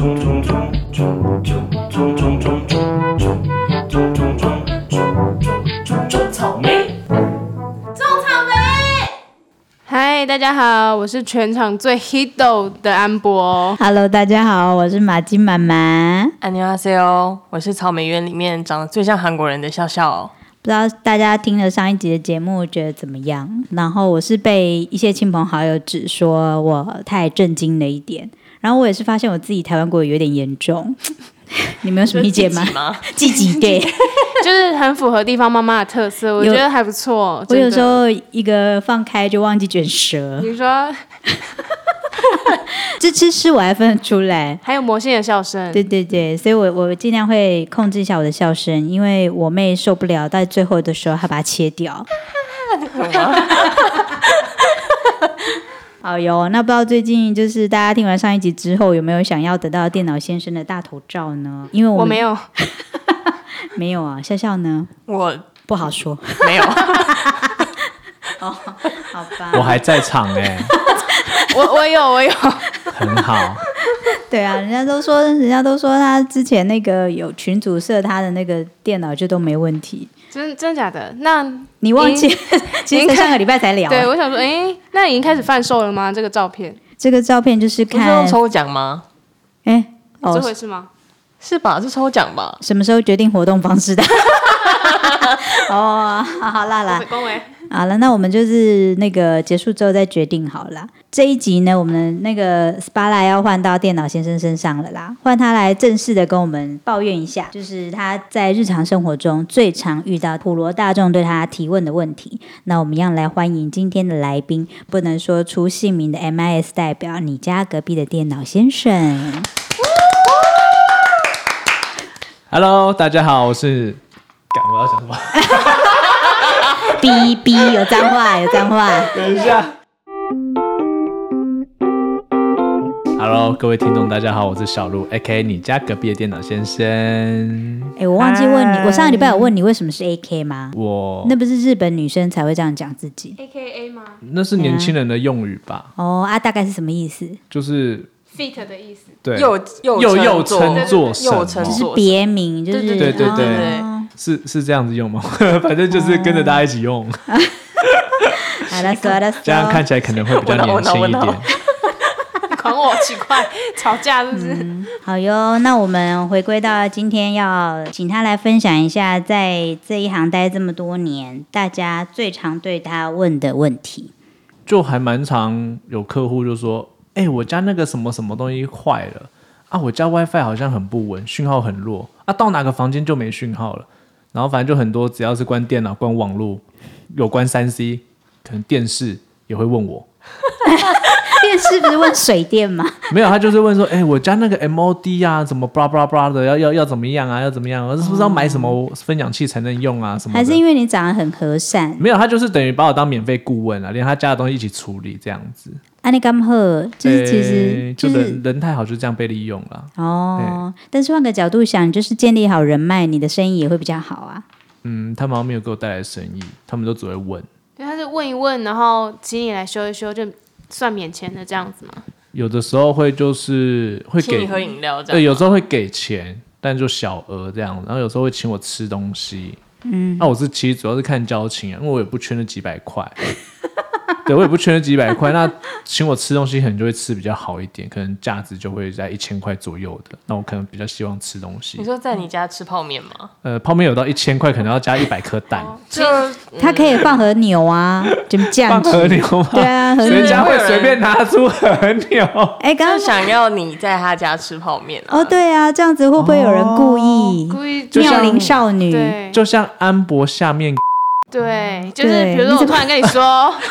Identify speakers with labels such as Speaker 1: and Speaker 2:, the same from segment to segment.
Speaker 1: 种草莓，
Speaker 2: 嗨，大家好，我是全场最 hito 的安博。
Speaker 3: Hello， 大家好，我是马金妈妈。
Speaker 1: 안녕하세요，我是草莓园里面长得最像韩国人的笑笑。
Speaker 3: 不知道大家听了上一集的节目觉得怎么样？然后我是被一些亲朋好友指说我太震惊了一点，然后我也是发现我自己台湾国语有点严重。你们有什么意见吗？积极对，
Speaker 2: 就是很符合地方妈妈的特色，我觉得还不错。
Speaker 3: 我有时候一个放开就忘记卷舌，
Speaker 2: 比如说
Speaker 3: 这吃我还分得出来，
Speaker 2: 还有魔性的笑声。
Speaker 3: 对对对，所以我尽量会控制一下我的笑声，因为我妹受不了，到最后的时候她把它切掉。好哟，那不知道最近就是大家听完上一集之后，有没有想要得到电脑先生的大头照呢？因为我
Speaker 2: 没有，
Speaker 3: 没有啊。笑笑呢？
Speaker 1: 我
Speaker 3: 不好说，
Speaker 1: 没有。
Speaker 3: 哦，好吧，
Speaker 4: 我还在场哎、
Speaker 2: 我有，
Speaker 4: 很好。
Speaker 3: 对啊，人家都说他之前那个有群组设他的那个电脑就都没问题。
Speaker 2: 真假的？那
Speaker 3: 你忘记？其实上个礼拜才聊。
Speaker 2: 对，我想说，那已经开始贩售了吗？这个照片？
Speaker 3: 这个照片就是看，
Speaker 1: 不是用抽奖吗？
Speaker 2: 这回是吗？
Speaker 1: 是吧？是抽奖吧？
Speaker 3: 什么时候决定活动方式的？哦，好啦，
Speaker 2: 恭维。
Speaker 3: 好了，那我们就是那个结束之后再决定好了。这一集呢，我们的那个 spotlight 要换到电脑先生身上了啦，换他来正式的跟我们抱怨一下，就是他在日常生活中最常遇到普罗大众对他提问的问题。那我们一样来欢迎今天的来宾，不能说出姓名的 MIS 代表，你家隔壁的电脑先生。
Speaker 4: Hello， 大家好，我是。我要讲什么？
Speaker 3: 哔，有脏话。
Speaker 4: 等一下。Hello， 各位听众，大家好，我是小鹿 ，AK 你家隔壁的电脑先生。
Speaker 3: 我忘记问你，我上个礼拜有问你为什么是 AK 吗？那不是日本女生才会这样讲自己
Speaker 2: AKA 吗？
Speaker 4: 那是年轻人的用语吧？
Speaker 3: 大概是什么意思？
Speaker 4: 就是
Speaker 2: fit 的意思。
Speaker 4: 对，
Speaker 1: 又
Speaker 4: 称作什么？
Speaker 3: 就是别名，就是
Speaker 4: 对。是这样子用吗？反正就是跟着大家一起用。
Speaker 3: 好了，
Speaker 4: 这样看起来可能会比较年轻一点。
Speaker 2: 管我奇怪，吵架是不是？
Speaker 3: 好哟，那我们回归到今天，要请他来分享一下，在这一行待这么多年，大家最常对他问的问题。
Speaker 4: 就还蛮常有客户就说：“我家那个什么什么东西坏了啊，我家 WiFi 好像很不稳，讯号很弱啊，到哪个房间就没讯号了。”然后反正就很多，只要是关电脑、关网络、有关3C， 可能电视也会问我。
Speaker 3: 电视不是问水电吗？
Speaker 4: 没有，他就是问说：“我家那个 MOD 啊，怎么 blah blah blah 的，要怎么样啊？要怎么样？我是不是要买什么分享器才能用啊？什么的？”
Speaker 3: 还是因为你长得很和善？
Speaker 4: 没有，他就是等于把我当免费顾问啊，连他家的东西一起处理这样子。
Speaker 3: 你刚好就是其实
Speaker 4: 就是人太好，就这样被利用了。
Speaker 3: 但是换个角度想，就是建立好人脉，你的生意也会比较好啊。
Speaker 4: 他们好像没有给我带来生意，他们都只会问。
Speaker 2: 对，他是问一问，然后请你来修一修，就算免钱的这样子吗？
Speaker 4: 有的时候会就是会给
Speaker 1: 请你喝饮料这样。
Speaker 4: 对，有时候会给钱，但就小额这样。然后有时候会请我吃东西。那我其实主要是看交情啊，因为我也不缺那几百块。对，我也不缺那几百块，那请我吃东西可能就会吃比较好一点，可能价值就会在1000块左右的。那我可能比较希望吃东西。
Speaker 1: 你说在你家吃泡面吗？
Speaker 4: 泡面有到1000块，可能要加100颗蛋。
Speaker 3: 它可以放和牛啊，怎么这样子？
Speaker 4: 放和牛吗？
Speaker 3: 对啊，和牛。
Speaker 4: 人家会随便拿出和牛。
Speaker 3: 刚刚
Speaker 1: 想要你在他家吃泡面啊？
Speaker 3: 对啊，这样子会不会有人故意妙龄少女？
Speaker 2: 对，
Speaker 4: 就像安博下面。
Speaker 2: 对，就是比如说我突然跟你说，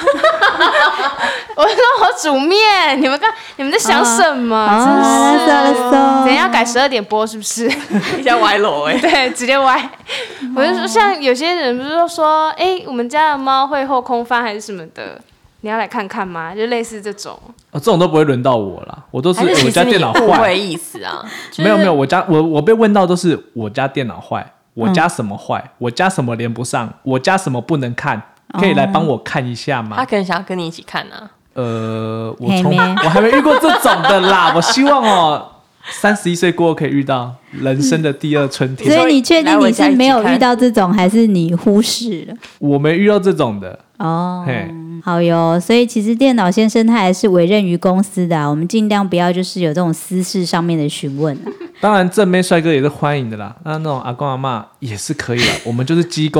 Speaker 2: 我说我煮面，你们在想什么？真是，等一下要改12点播是不是？
Speaker 1: 一下歪楼
Speaker 2: 对，直接歪。我就说，像有些人不是说，我们家的猫会后空翻还是什么的，你要来看看吗？就类似这种。
Speaker 4: 这种都不会轮到我啦，我都是我家电脑坏。
Speaker 1: 误会意思啊？
Speaker 4: 没有，我被问到都是我家电脑坏。我家什么坏？我家什么连不上？我家什么不能看？可以来帮我看一下吗？
Speaker 1: 他可能想要跟你一起看啊。
Speaker 4: 我还没遇过这种的啦。我希望 31岁过后可以遇到人生的第二春天。
Speaker 3: 所以你确定你是没有遇到这种，还是你忽视了？
Speaker 4: 我没遇到这种的
Speaker 3: 哦
Speaker 4: 嘿，
Speaker 3: 好哟。所以其实电脑先生他还是委任于公司的我们尽量不要就是有这种私事上面的询问
Speaker 4: 当然正妹帅哥也是欢迎的啦，那种阿公阿嬷也是可以的。我们就是积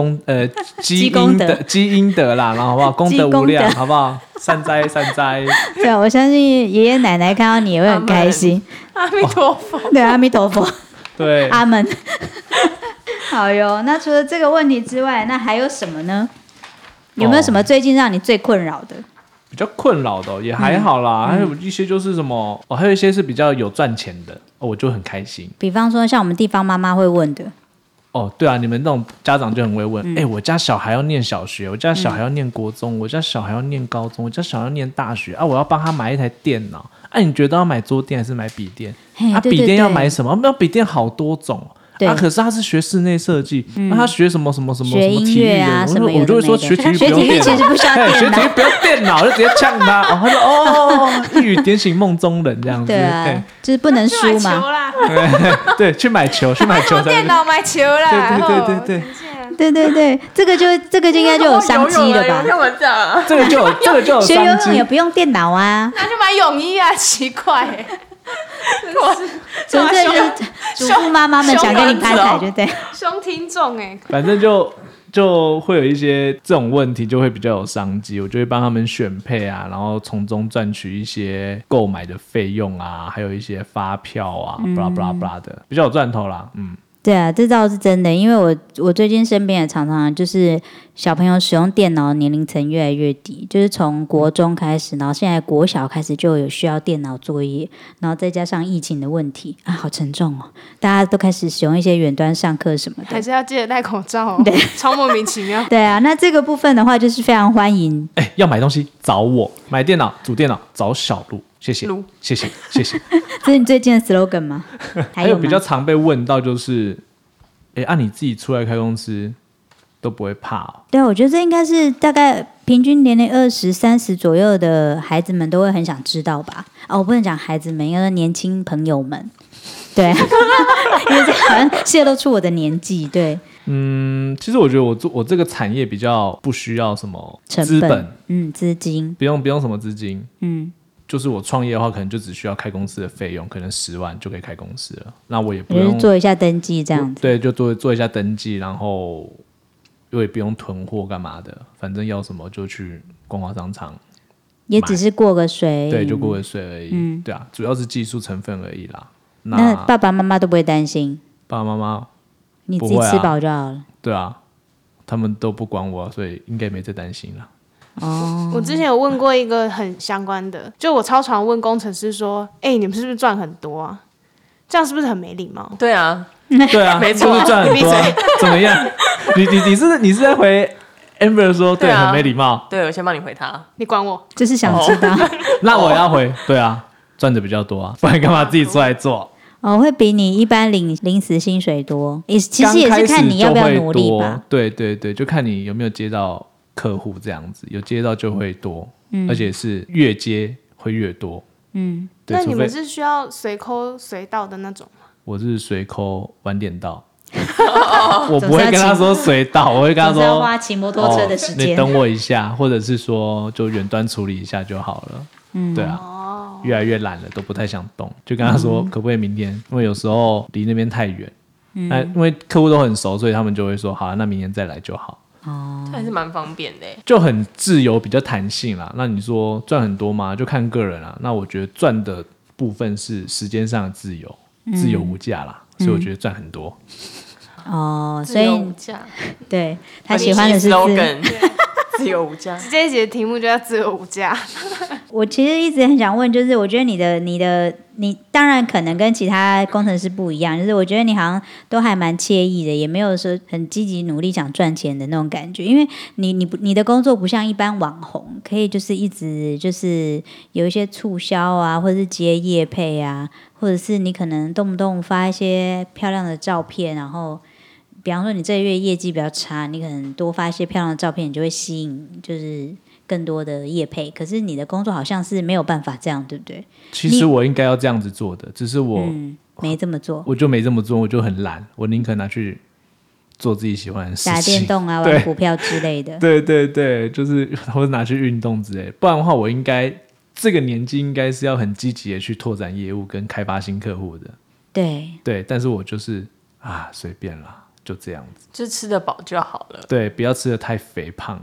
Speaker 4: 阴德啦，然后好不好？功德无量，好不好？善哉善哉。
Speaker 3: 对啊，我相信爷爷奶奶看到你也会很开心。
Speaker 2: 阿弥陀佛。
Speaker 3: 对，阿弥陀佛。
Speaker 4: 对，
Speaker 3: 阿门。好哟，那除了这个问题之外，那还有什么呢？有没有什么最近让你最困扰的？
Speaker 4: 比较困扰的也还好啦，还有一些就是什么还有一些是比较有赚钱的我就很开心。
Speaker 3: 比方说像我们地方妈妈会问的
Speaker 4: 对啊，你们那种家长就很会问我家小孩要念小学，我家小孩要念国中，我家小孩要念高中，我家小孩要念大学我要帮他买一台电脑你觉得要买桌垫还是买笔电
Speaker 3: 对
Speaker 4: 笔电要买什么？没有笔电好多种可是他是学室内设计，那他学什么什么什么
Speaker 3: 学音乐什么
Speaker 4: 我就会说学体育不用电脑，
Speaker 3: 其实不需要电脑，
Speaker 4: 学体育不用电脑，就直接呛他。他说一语点醒梦中人这样子。
Speaker 3: 对啊，就是不能输嘛。
Speaker 4: 对，去买球，去买球。
Speaker 2: 电脑买球啦。
Speaker 3: 对，这个就应该就有商机了吧？
Speaker 4: 这个就有
Speaker 3: 学游
Speaker 4: 商机
Speaker 3: 泳也不用电脑啊，
Speaker 2: 那就买泳衣奇怪
Speaker 3: 纯粹就是主妇妈妈们想跟你拍台，对不对？
Speaker 2: 凶听众
Speaker 4: 反正就会有一些这种问题，就会比较有商机。我就会帮他们选配然后从中赚取一些购买的费用还有一些发票blah blah blah 的，比较有赚头啦。
Speaker 3: 对啊，这倒是真的，因为我最近身边也常常就是小朋友使用电脑的年龄层越来越低，就是从国中开始，然后现在国小开始就有需要电脑作业，然后再加上疫情的问题好沉重大家都开始使用一些远端上课什么的，
Speaker 2: 还是要记得戴口罩对，超莫名其妙。
Speaker 3: 对啊，那这个部分的话就是非常欢迎
Speaker 4: 要买东西找我，买电脑组电脑找小鹿。谢谢。这
Speaker 3: 是你最近的 slogan 吗？
Speaker 4: 还有比较常被问到就是你自己出来开公司都不会怕
Speaker 3: 对，我觉得这应该是大概平均年龄20、30左右的孩子们都会很想知道吧我不能讲孩子们，应该说年轻朋友们对因为这好像泄露出我的年纪对
Speaker 4: 其实我觉得我这个产业比较不需要什么资本
Speaker 3: 资金
Speaker 4: 不用什么资金就是我创业的话，可能就只需要开公司的费用，可能10万就可以开公司了。那我也不用
Speaker 3: 做一下登记这样子。
Speaker 4: 对，就做一下登记，然后我也不用囤货干嘛的，反正要什么就去光华商场，
Speaker 3: 也只是过个水。
Speaker 4: 对，就过个水而已。对啊，主要是技术成分而已啦。
Speaker 3: 那爸爸妈妈都不会担心？
Speaker 4: 爸爸妈妈
Speaker 3: 你自己吃饱就好了。
Speaker 4: 对啊，他们都不管我，所以应该没在担心啦。
Speaker 2: 我之前有问过一个很相关的，就我超常问工程师说你们是不是赚很多这样是不是很没礼貌？
Speaker 1: 对啊
Speaker 4: 没错是赚很多怎么样你是在回 Amber 说对很没礼貌？
Speaker 1: 对，我先帮你回他，
Speaker 2: 你管我？
Speaker 3: 就是想知道
Speaker 4: 那我要回对啊，赚的比较多不然干嘛自己出来做
Speaker 3: 会比你一般领死薪水多，其实也是看你要不要努力吧。
Speaker 4: 对，就看你有没有接到客户这样子，有接到就会多，而且是越接会越多。
Speaker 2: 那你们是需要随扣随到的那种吗？
Speaker 4: 我是随扣晚点到我不会跟他说随到，我会跟他说
Speaker 3: 要花骑摩托车的时间
Speaker 4: 你等我一下，或者是说就远端处理一下就好了。对啊越来越懒了，都不太想动，就跟他说可不可以明天，因为有时候离那边太远，因为客户都很熟，所以他们就会说好那明天再来就好。
Speaker 1: 这还是蛮方便的
Speaker 4: 就很自由，比较弹性啦。那你说赚很多吗？就看个人啦。那我觉得赚的部分是时间上的自由，自由无价啦，所以我觉得赚很多。
Speaker 3: 所以对他喜欢的是
Speaker 1: 自由无价。
Speaker 2: 这一集的题目就叫自由无价。
Speaker 3: 我其实一直很想问，就是我觉得你当然可能跟其他工程师不一样，就是我觉得你好像都还蛮惬意的，也没有说很积极努力想赚钱的那种感觉，因为你的工作不像一般网红，可以就是一直就是有一些促销或者是接业配或者是你可能动不动发一些漂亮的照片，然后比方说你这个月业绩比较差，你可能多发一些漂亮的照片，你就会吸引就是更多的业配，可是你的工作好像是没有办法这样，对不对？
Speaker 4: 其实我应该要这样子做的，只是我、
Speaker 3: 没这么做，
Speaker 4: 我就没这么做，我就很懒，我宁可拿去做自己喜欢的事情，
Speaker 3: 打电动啊，玩股票之类的。
Speaker 4: 对对对，就是或者拿去运动之类，不然的话，我应该这个年纪应该是要很积极的去拓展业务跟开发新客户的。对，但是我就是随便啦，就这样子，
Speaker 1: 就吃得饱就好了。
Speaker 4: 对，不要吃得太肥胖。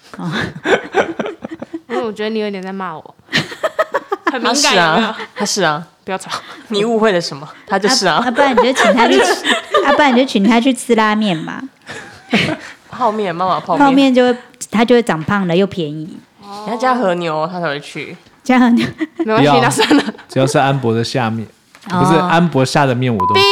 Speaker 2: 因为我觉得你有点在骂我，很敏
Speaker 1: 他是
Speaker 2: 感，有没有
Speaker 1: 啊，他是啊，
Speaker 2: 不要吵。
Speaker 1: 你误会了什么？他就是啊，
Speaker 3: 不然你就请他去吃，不然你就请他去吃拉面嘛，
Speaker 1: 泡面，妈妈泡
Speaker 3: 泡面他就会长胖了又便宜。
Speaker 1: 你要加和牛，他才会去。
Speaker 3: 这样就
Speaker 2: 没关系，
Speaker 4: 不要
Speaker 2: 那算了。
Speaker 4: 只要是安博的下面，不是安博下的面，我都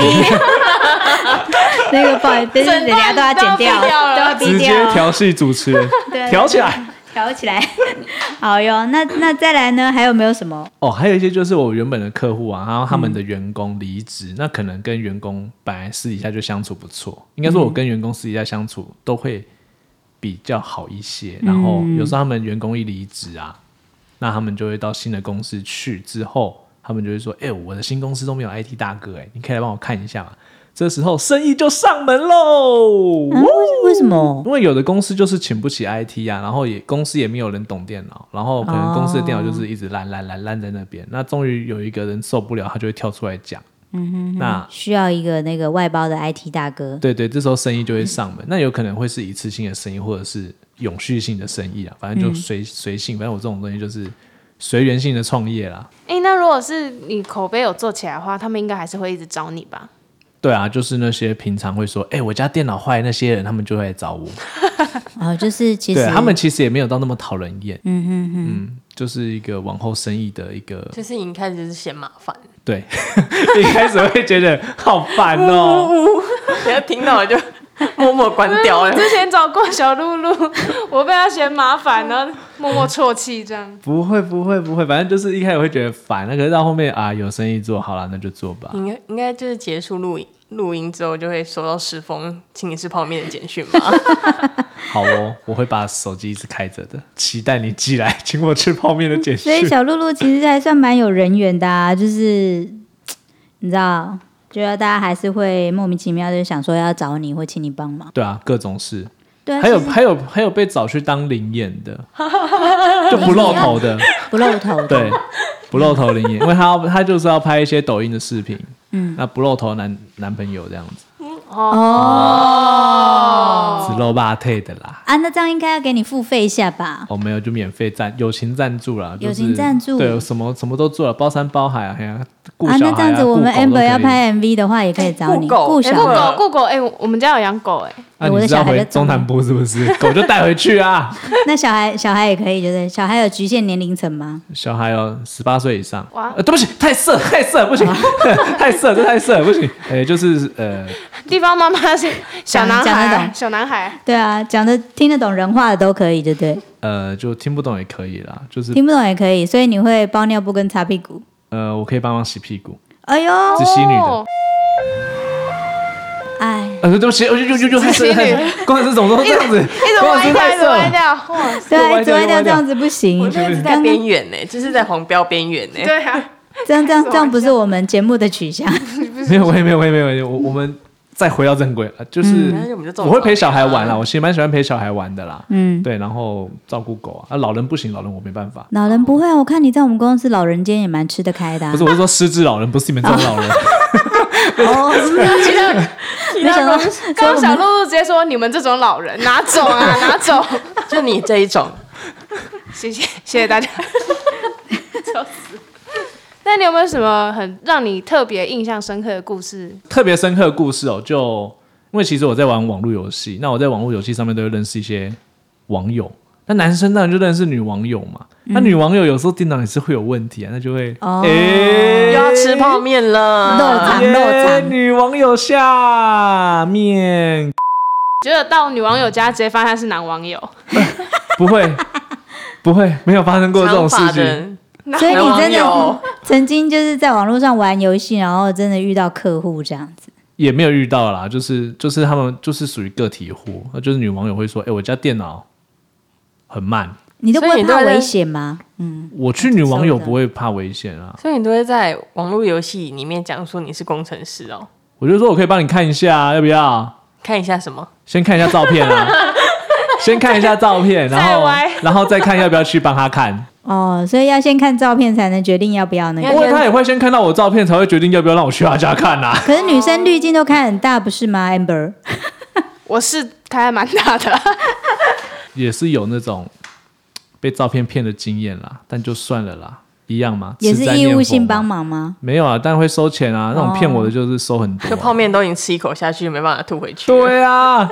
Speaker 3: 那个不好意思，人家都要剪掉，
Speaker 2: 都要
Speaker 3: 都要逼
Speaker 4: 直接
Speaker 3: 掉，
Speaker 4: 调戏主持人，
Speaker 3: 对
Speaker 4: 调起来。
Speaker 3: 挑起来。好哟，那再来呢？还有没有什么？
Speaker 4: 还有一些就是我原本的客户啊，然后他们的员工离职，那可能跟员工本来私底下就相处不错，应该说我跟员工私底下相处都会比较好一些，然后有时候他们员工一离职啊，那他们就会到新的公司去之后，他们就会说：“我的新公司都没有 IT 大哥，你可以来帮我看一下嘛。”这时候生意就上门喽。
Speaker 3: 为什么？
Speaker 4: 因为有的公司就是请不起 IT 啊，然后公司也没有人懂电脑，然后可能公司的电脑就是一直烂在那边。那终于有一个人受不了，他就会跳出来讲。那
Speaker 3: 需要一个那个外包的 IT 大哥。
Speaker 4: 对，这时候生意就会上门。那有可能会是一次性的生意，或者是永续性的生意啊，反正就随性。反正我这种东西就是随缘性的创业啦。
Speaker 2: 那如果是你口碑有做起来的话，他们应该还是会一直找你吧？
Speaker 4: 对啊，就是那些平常会说，我家电脑坏那些人，他们就会来找我。
Speaker 3: 就是其实
Speaker 4: 对他们其实也没有到那么讨人厌。就是一个往后生意的一个，
Speaker 1: 就是你一开始就是嫌麻烦，
Speaker 4: 对，一开始会觉得好烦哦，
Speaker 1: 然后听到了就默默关掉了。
Speaker 2: 之前找过小露露，我被他嫌麻烦，然后默默啜泣这样。
Speaker 4: 不会，反正就是一开始会觉得烦，可是到后面有生意做好了，那就做吧。
Speaker 1: 应该就是结束录音之后，就会收到10封请你吃泡面的简讯吧。
Speaker 4: 好哦，我会把手机一直开着的，期待你寄来请我吃泡面的简讯。
Speaker 3: 所以小露露其实还算蛮有人缘的啊，就是你知道，觉得大家还是会莫名其妙的想说要找你或请你帮忙。
Speaker 4: 对啊，各种事。
Speaker 3: 对啊，
Speaker 4: 还有被找去当灵演的，就不露头的，
Speaker 3: 不露头的。
Speaker 4: 对，不露头灵演，因为他就是要拍一些抖音的视频，那不露头男朋友这样子。只露肉腿的啦。
Speaker 3: 那这样应该要给你付费一下吧？
Speaker 4: 没有，就免费友情赞助啦，
Speaker 3: 友情赞助，
Speaker 4: 对，什么都做了，包山包海啊，顾小孩
Speaker 3: 那这样子我们 Amber 要拍 MV 的话，也可以找你
Speaker 1: 顾
Speaker 3: 小孩。
Speaker 2: 顾狗，我们家有养狗
Speaker 3: 我的
Speaker 4: 你是要回中南部是不是？狗就带回去啊。
Speaker 3: 那小孩也可以，对不对？小孩有局限年龄层吗？
Speaker 4: 小孩有18岁以上。
Speaker 2: 哇，
Speaker 4: 对不起，太色，不行，太色，不行。就是
Speaker 2: 地方妈妈是小男
Speaker 3: 讲得
Speaker 2: 孩，
Speaker 3: 懂
Speaker 2: 小男孩。
Speaker 3: 对啊，讲的听得懂人话的都可以，对不对？
Speaker 4: 就听不懂也可以啦，就是
Speaker 3: 听不懂也可以，所以你会包尿布跟擦屁股。
Speaker 4: 我可以帮忙洗屁股。
Speaker 3: 哎呦，
Speaker 4: 只洗女的。
Speaker 3: 哎，
Speaker 4: 对不起，就太色，工程师怎么都这样子？
Speaker 2: 一直歪掉，一直歪掉，哇！
Speaker 3: 对啊，一直歪掉这样子不行。
Speaker 1: 我觉得是在边缘呢，就是在黄标边缘呢。
Speaker 2: 对啊，
Speaker 3: 这样不是我们节目的取向。
Speaker 4: 没有，我们再回到正轨，就是我会陪小孩玩啦，我其实蛮喜欢陪小孩玩的啦。对，然后照顾狗啊，老人不行，老人我没办法。
Speaker 3: 老人不会，我看你在我们公司老人间也蛮吃得开的。
Speaker 4: 不是，我是说失智老人，不是你们这种老人。
Speaker 2: 刚小露露直接说你们这种老人拿走啊，拿走，
Speaker 1: 就你这一种。
Speaker 2: 谢谢大家，笑死。那你有没有什么很让你特别印象深刻的故事？
Speaker 4: 特别深刻的故事就因为其实我在玩网络游戏，那我在网络游戏上面都会认识一些网友。那男生当然就认识女网友嘛，那女网友有时候电脑也是会有问题啊，那就会
Speaker 1: 又要吃泡面了，
Speaker 3: 肉肠
Speaker 4: 女网友下面
Speaker 2: 觉得到女网友家直接发现他是男网友，
Speaker 4: 不会，没有发生过这种事情。
Speaker 3: 所以你真的曾经就是在网络上玩游戏，然后真的遇到客户这样子？
Speaker 4: 也没有遇到啦，就是他们就是属于个体户，就是女网友会说，我家电脑很慢，
Speaker 3: 你都不会怕危险吗？
Speaker 4: 我去女网友不会怕危险啊，
Speaker 1: 所以你都会在网络游戏里面讲说你是工程师哦。
Speaker 4: 我就说我可以帮你看一下啊，要不要？
Speaker 1: 看一下什么？
Speaker 4: 先看一下照片啊，先看一下照片，然后再看要不要去帮他看。
Speaker 3: 哦，所以要先看照片才能决定要不要那个。
Speaker 4: 不过他也会先看到我照片才会决定要不要让我去他家看啊。
Speaker 3: 可是女生滤镜都开很大，不是吗 ，Amber？
Speaker 2: 我是开蛮大的，
Speaker 4: 也是有那种被照片骗的经验啦，但就算了啦，一样嘛。
Speaker 3: 也是义务性帮忙吗？
Speaker 4: 没有啊，但会收钱啊。那种骗我的就是收很多、啊，
Speaker 1: 就泡面都已经吃一口下去，没办法吐回去。
Speaker 4: 对啊，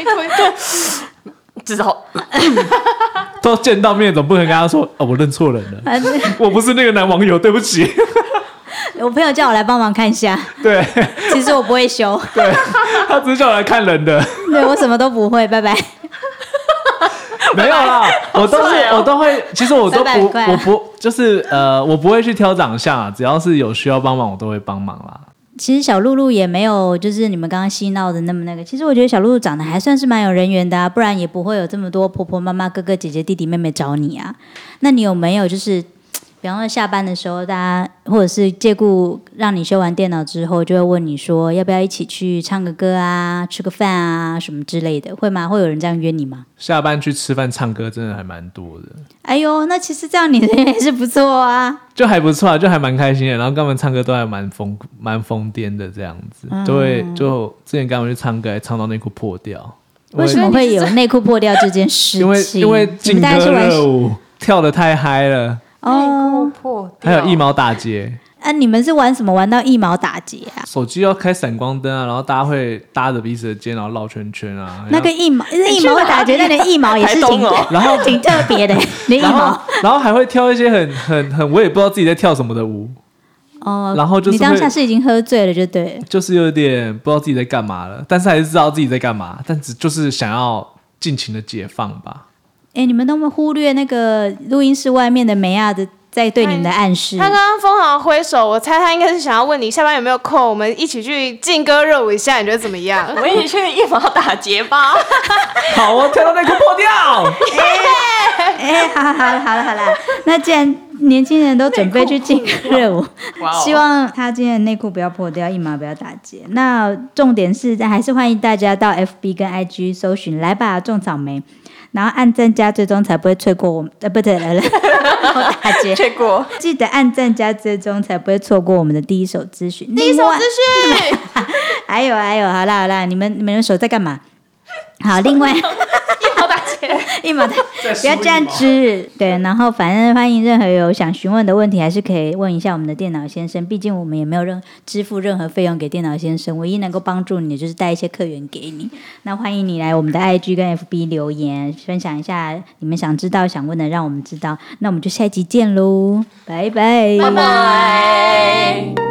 Speaker 1: 至少
Speaker 4: 都见到面，总不能跟他说哦，我认错人了，我不是那个男网友，对不起。
Speaker 3: 我朋友叫我来帮忙看一下，
Speaker 4: 对，
Speaker 3: 其实我不会修，
Speaker 4: 对，他只是叫我来看人的，
Speaker 3: 对我什么都不会，拜拜。
Speaker 4: 没有啦，我都会，其实我都不，我不就是我不会去挑长相啊，只要是有需要帮忙，我都会帮忙啦。
Speaker 3: 其实小露露也没有，就是你们刚刚嬉闹的那么那个。其实我觉得小露露长得还算是蛮有人缘的啊，不然也不会有这么多婆婆妈妈、哥哥姐姐、弟弟妹妹找你啊。那你有没有就是，比方说下班的时候，大家或者是借故让你修完电脑之后，就会问你说要不要一起去唱个歌啊、吃个饭啊什么之类的，会吗？会有人这样约你吗？
Speaker 4: 下班去吃饭唱歌真的还蛮多的。
Speaker 3: 哎呦，那其实这样你人也是不错啊，
Speaker 4: 就还不错啊，就还蛮开心的。然后跟他们唱歌都还蛮疯癫的这样子，就之前跟他们去唱歌，还唱到内裤破掉。
Speaker 3: 为什么会有内裤破掉这件事情？
Speaker 4: 因为劲歌热舞跳得太嗨了，
Speaker 1: 哦，破掉，
Speaker 4: 还有一毛打结。
Speaker 3: 啊，你们是玩什么？玩到一毛打结啊？
Speaker 4: 手机要开闪光灯啊，然后大家会搭着彼此的肩，然后绕圈圈啊。
Speaker 3: 那个一毛打结，那个一毛也是
Speaker 4: 然后
Speaker 3: 挺特别的，连一毛。
Speaker 4: 然后还会跳一些很我也不知道自己在跳什么的舞。
Speaker 3: 哦，
Speaker 4: 然后就是
Speaker 3: 你当下是已经喝醉了，就对了，
Speaker 4: 就是有点不知道自己在干嘛了，但是还是知道自己在干嘛，但就是想要尽情的解放吧。
Speaker 3: 哎，你们都没忽略那个录音室外面的梅亚的在对你们的暗示。
Speaker 2: 他刚刚疯狂挥手，我猜他应该是想要问你下班有没有空，我们一起去劲歌热舞一下，你觉得怎么样？
Speaker 1: 我们一起去一毛打结吧。
Speaker 4: 好哦，跳到内裤破掉。
Speaker 3: 好了，那既然年轻人都准备去劲歌热舞，希望他今天的内裤不要破掉，一毛不要打结。那重点是还是欢迎大家到 FB 跟 IG 搜寻来吧种草莓，然后按赞加追踪才不会错过我们不对了打结
Speaker 1: 错过，
Speaker 3: 记得按赞加追踪才不会错过我们的第一手资讯。
Speaker 2: 第一手资讯
Speaker 3: 还有好啦，你们的手在干嘛？好，另外
Speaker 2: 一毛打结，
Speaker 3: 一毛的不要这样子。对，然后反正欢迎任何有想询问的问题，还是可以问一下我们的电脑先生。毕竟我们也没有支付任何费用给电脑先生，唯一能够帮助你的就是带一些客源给你。那欢迎你来我们的 IG 跟 FB 留言，分享一下你们想知道、想问的，让我们知道。那我们就下一集见喽，拜拜，
Speaker 1: 拜拜。